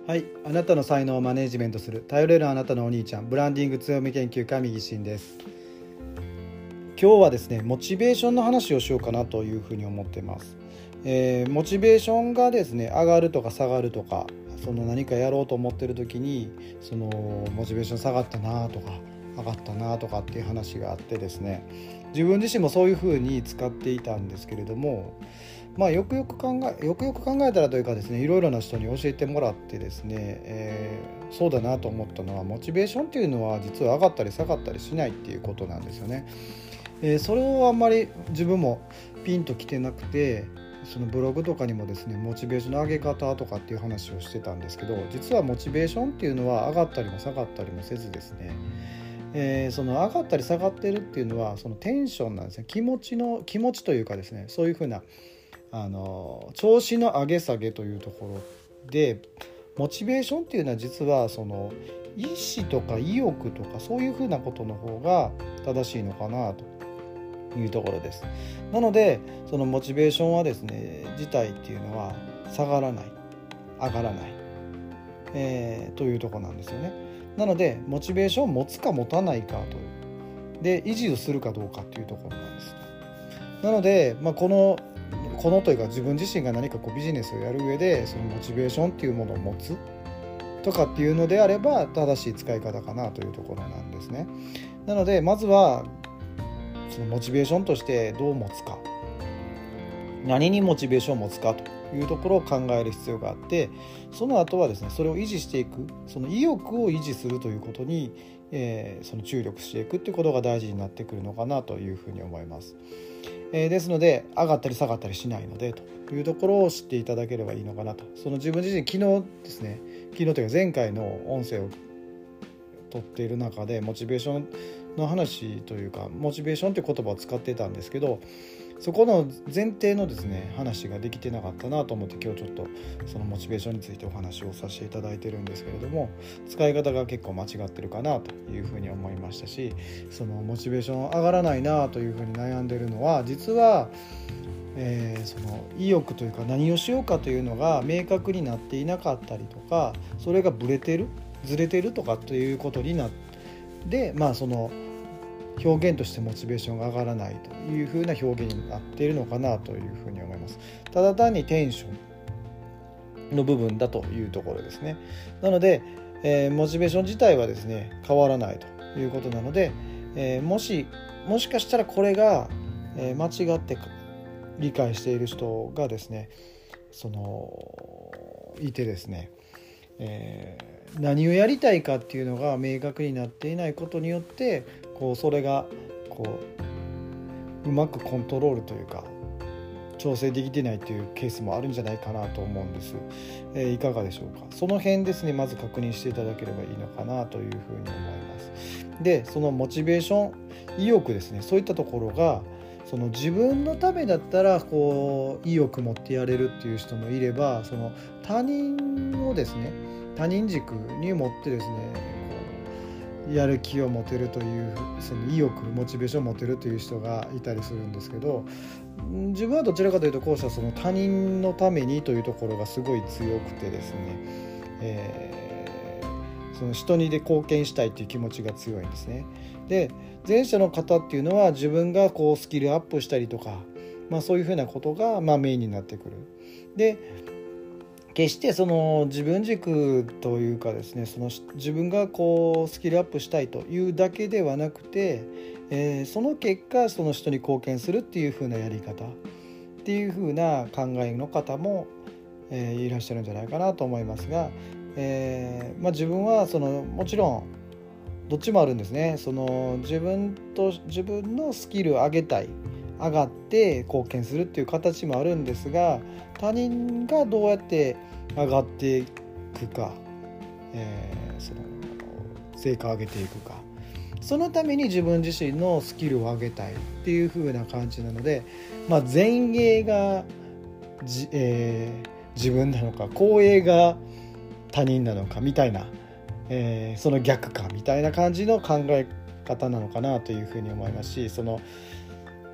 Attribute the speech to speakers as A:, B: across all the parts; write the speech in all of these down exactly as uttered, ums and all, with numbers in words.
A: はい、あなたの才能をマネジメントする頼れるあなたのお兄ちゃん、ブランディング強み研究家右進です。今日はですね、モチベーションの話をしようかなというふうに思っています。えー、モチベーションがですね上がるとか下がるとか、その何かやろうと思ってる時にそのモチベーション下がったなとか上がったなとかっていう話があってですね、自分自身もそういうふうに使っていたんですけれども、まあよくよく考えよくよく考えたらというかですね、いろいろな人に教えてもらってですね、えー、そうだなと思ったのは、モチベーションっていうのは実は上がったり下がったりしないっていうことなんですよね。えー、それをあんまり自分もピンときてなくて、そのブログとかにもですねモチベーションの上げ方とかっていう話をしてたんですけど、実はモチベーションっていうのは上がったりも下がったりもせずですね、えー、その上がったり下がってるっていうのはそのテンションなんですね。気持ちの気持ちというかですね、そういうふうなあの調子の上げ下げというところで、モチベーションっていうのは実はその意志とか意欲とかそういうふうなことの方が正しいのかなというところです。なのでそのモチベーションはですね自体っていうのは下がらない上がらない、えー、というところなんですよね。なのでモチベーションを持つか持たないかというで維持をするかどうかというところなんです。なので、まあ、このこのというか自分自身が何かこうビジネスをやる上でそのモチベーションっていうものを持つとかっていうのであれば正しい使い方かなというところなんですね。なのでまずはそのモチベーションとしてどう持つか、何にモチベーションを持つかというところを考える必要があって、その後はですねそれを維持していく、その意欲を維持するということに、えー、その注力していくっていうことが大事になってくるのかなというふうに思います。えー、ですので上がったり下がったりしないのでというところを知っていただければいいのかなと。その自分自身昨日ですね昨日というか前回の音声を取っている中でモチベーションの話というかモチベーションという言葉を使ってたんですけど、そこの前提のですね話ができてなかったなと思って今日ちょっとそのモチベーションについてお話をさせていただいてるんですけれども、使い方が結構間違ってるかなというふうに思いましたし、そのモチベーション上がらないなというふうに悩んでるのは実は、えー、その意欲というか何をしようかというのが明確になっていなかったりとか、それがブレてるずれてるとかということになってまあその表現としてモチベーションが上がらないというふうな表現になっているのかなというふうに思います。ただ単にテンションの部分だというところですね。なので、えー、モチベーション自体はですね変わらないということなので、えー、もしもしかしたらこれが、えー、間違って理解している人がですねそのいてですね、えー、何をやりたいかっていうのが明確になっていないことによってこうそれがこううまくコントロールというか調整できてないというケースもあるんじゃないかなと思うんです。えー、いかがでしょうか。その辺ですねまず確認していただければいいのかなというふうに思います。でそのモチベーション意欲ですね、そういったところがその自分のためだったらこう意欲持ってやれるっていう人もいれば、その他人をですね他人軸に持ってですねやる気を持てるというその意欲モチベーションを持てるという人がいたりするんですけど、自分はどちらかというとこうしたその他人のためにというところがすごい強くてですね、えー、その人にで貢献したいという気持ちが強いんですね。で前者の方っていうのは自分がこうスキルアップしたりとか、まあ、そういうふうなことがまあメインになってくる。で決してその自分軸というかですね、その自分がこうスキルアップしたいというだけではなくて、えー、その結果その人に貢献するっていう風なやり方っていう風な考えの方も、えー、いらっしゃるんじゃないかなと思いますが、えーまあ、自分はそのもちろんどっちもあるんですね。その自分と自分のスキルを上げたい、上がって貢献するっていう形もあるんですが、他人がどうやって上がっていくか、えー、その成果を上げていくか、そのために自分自身のスキルを上げたいっていう風な感じなので、まあ、前衛がじ、えー、自分なのか後衛が他人なのかみたいな、えー、その逆かみたいな感じの考え方なのかなというふうに思いますし、その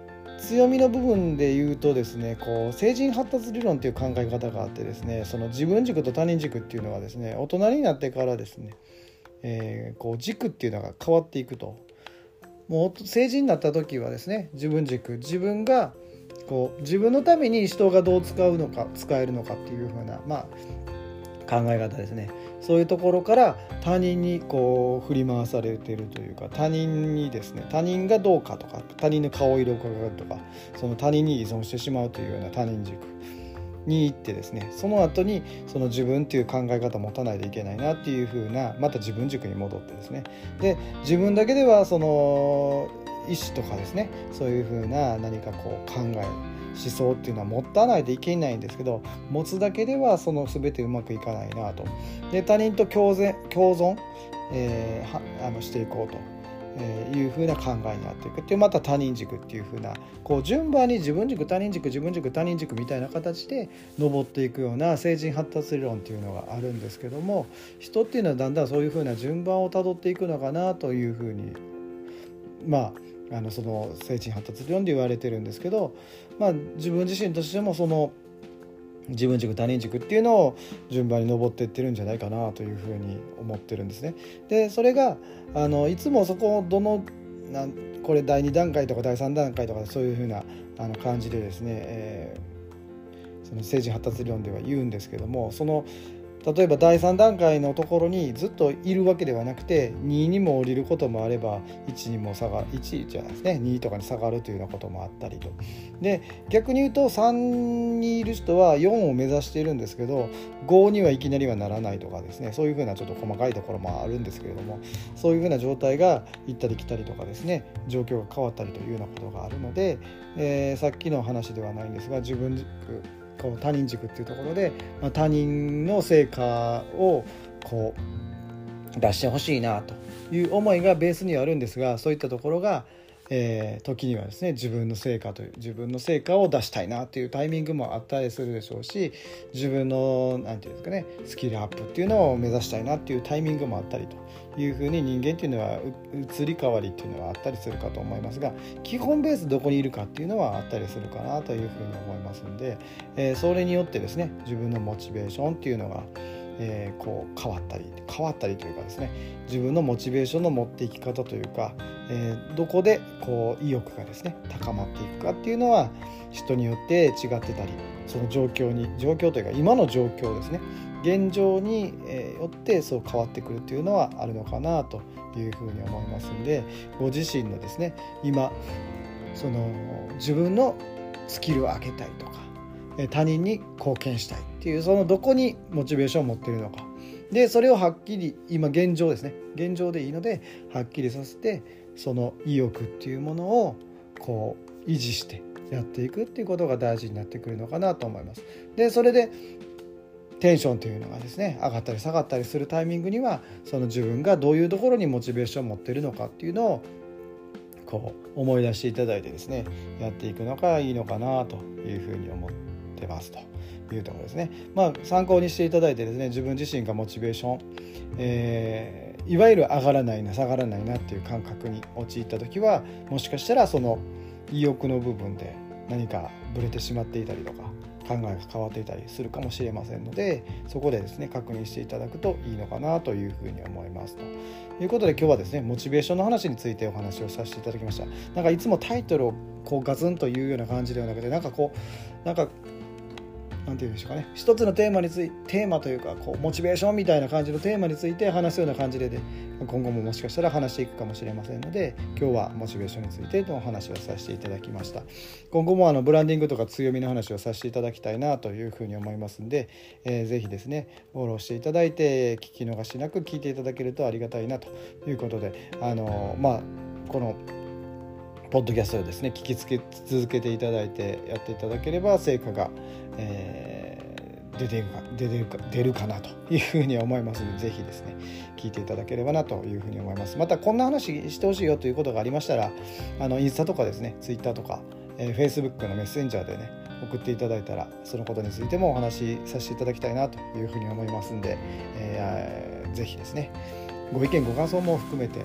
A: 強みの部分で言うとですね、こう成人発達理論という考え方があってですね、その自分軸と他人軸っていうのはですね、大人になってからですね、えー、こう軸っていうのが変わっていくと。もう成人になった時はですね、自分軸、自分がこう自分のために人がどう使うのか使えるのかっていう風な、まあ、考え方ですね。そういうところから他人にこう振り回されているというか、他人にですね、他人がどうかとか、他人の顔色を伺うとか、その他人に依存してしまうというような他人軸に行ってですね、その後にその自分っていう考え方を持たないといけないなっていう風な、また自分軸に戻ってですね、で自分だけではその意思とかですね、そういう風な何かこう考え思想っていうのは持たないといけないんですけど、持つだけではその全てうまくいかないなと。で他人と共存、共存、えー、はあのしていこうという風な考えになっていくっていう、また他人軸っていう風な、こう順番に自分軸他人軸自分軸他人軸みたいな形で登っていくような成人発達理論っていうのがあるんですけども、人っていうのはだんだんそういう風な順番をたどっていくのかなという風に、まああのその成人発達理論で言われてるんですけど、まあ、自分自身としてもその自分軸他人軸っていうのを順番に登っていってるんじゃないかなというふうに思ってるんですね。でそれがあのいつもそこをどのなんこれだいに段階とかだいさん段階とかそういうふうなあの感じでですね、えー、その成人発達理論では言うんですけども、その例えばだいさん段階のところにずっといるわけではなくて、ににも降りることもあればいちにも下がる、いちじゃないですね、にとかに下がるというようなこともあったりと。で逆に言うとさんにいる人はよんを目指しているんですけど、ごにはいきなりはならないとかですね、そういうふうなちょっと細かいところもあるんですけれども、そういうふうな状態が行ったり来たりとかですね、状況が変わったりというようなことがあるので、えー、さっきの話ではないんですが、自分軸こう他人軸っていうところで、まあ、他人の成果をこう出してほしいなという思いがベースにはあるんですが、そういったところが、えー、時にはですね、自分の成果という自分の成果を出したいなというタイミングもあったりするでしょうし、自分のなんていうんですかね、スキルアップっていうのを目指したいなっていうタイミングもあったりというふうに、人間っていうのは移り変わりっていうのはあったりするかと思いますが、基本ベースどこにいるかっていうのはあったりするかなというふうに思いますので、えー、それによってですね、自分のモチベーションっていうのがえー、こう変わったり変わったりというかですね、自分のモチベーションの持っていき方というか、えー、どこでこう意欲がですね高まっていくかっていうのは人によって違ってたり、その状況に状況というか今の状況ですね、現状によってそう変わってくるというのはあるのかなというふうに思いますので、ご自身のですね今その自分のスキルを上げたいとか他人に貢献したいっていう、そのどこにモチベーションを持っているのかで、それをはっきり今現状ですね、現状でいいのではっきりさせて、その意欲っていうものをこう維持してやっていくっていうことが大事になってくるのかなと思います。でそれでテンションというのがですね上がったり下がったりするタイミングには、その自分がどういうところにモチベーションを持っているのかっていうのをこう思い出していただいてですね、やっていくのがいいのかなというふうに思ってますというところですね。まあ参考にしていただいてですね、自分自身がモチベーション、えー、いわゆる上がらないな下がらないなっていう感覚に陥った時は、もしかしたらその意欲の部分で何かブレてしまっていたりとか考えが変わっていたりするかもしれませんので、そこでですね確認していただくといいのかなというふうに思いますということで、今日はですねモチベーションの話についてお話をさせていただきました。なんかいつもタイトルをこうガツンというような感じではなくて、なんかこうなんかなんていうんでしょうかね、一つのテーマについてテーマというかこうモチベーションみたいな感じのテーマについて話すような感じで、で今後ももしかしたら話していくかもしれませんので、今日はモチベーションについてのお話をさせていただきました。今後もあのブランディングとか強みの話をさせていただきたいなというふうに思いますので、えー、ぜひですねフォローしていただいて聞き逃しなく聞いていただけるとありがたいなということで、あのまあこのポッドキャストをですね聞きつけ続けていただいてやっていただければ成果が、えー、出てるか出てるか出るかなというふうに思いますので、ぜひですね聞いていただければなというふうに思います。またこんな話してほしいよということがありましたら、あのインスタとかですねツイッターとか、えー、Facebook のメッセンジャーでね送っていただいたら、そのことについてもお話しさせていただきたいなというふうに思いますので、えー、ぜひですねご意見ご感想も含めて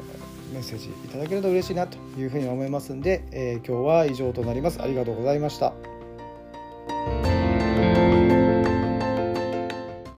A: メッセージいただけると嬉しいなというふうに思いますんで、えー、今日は以上となります。ありがとうございました。